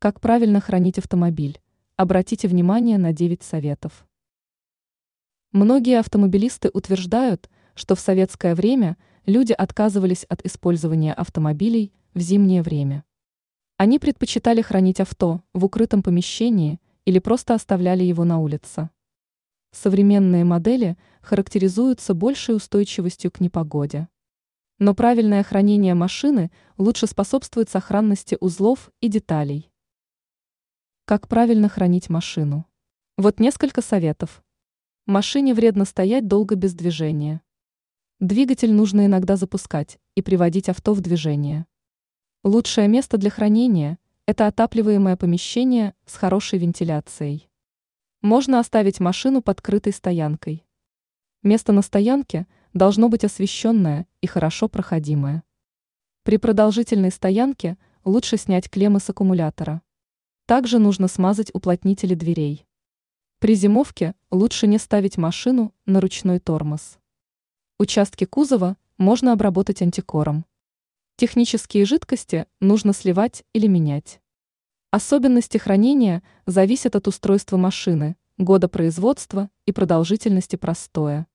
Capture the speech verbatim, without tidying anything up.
Как правильно хранить автомобиль? Обратите внимание на девять советов. Многие автомобилисты утверждают, что в советское время люди отказывались от использования автомобилей в зимнее время. Они предпочитали хранить авто в укрытом помещении или просто оставляли его на улице. Современные модели характеризуются большей устойчивостью к непогоде. Но правильное хранение машины лучше способствует сохранности узлов и деталей. Как правильно хранить машину? Вот несколько советов. Машине вредно стоять долго без движения. Двигатель нужно иногда запускать и приводить авто в движение. Лучшее место для хранения – это отапливаемое помещение с хорошей вентиляцией. Можно оставить машину под крытой стоянкой. Место на стоянке должно быть освещенное и хорошо проходимое. При продолжительной стоянке лучше снять клеммы с аккумулятора. Также нужно смазать уплотнители дверей. При зимовке лучше не ставить машину на ручной тормоз. Участки кузова можно обработать антикором. Технические жидкости нужно сливать или менять. Особенности хранения зависят от устройства машины, года производства и продолжительности простоя.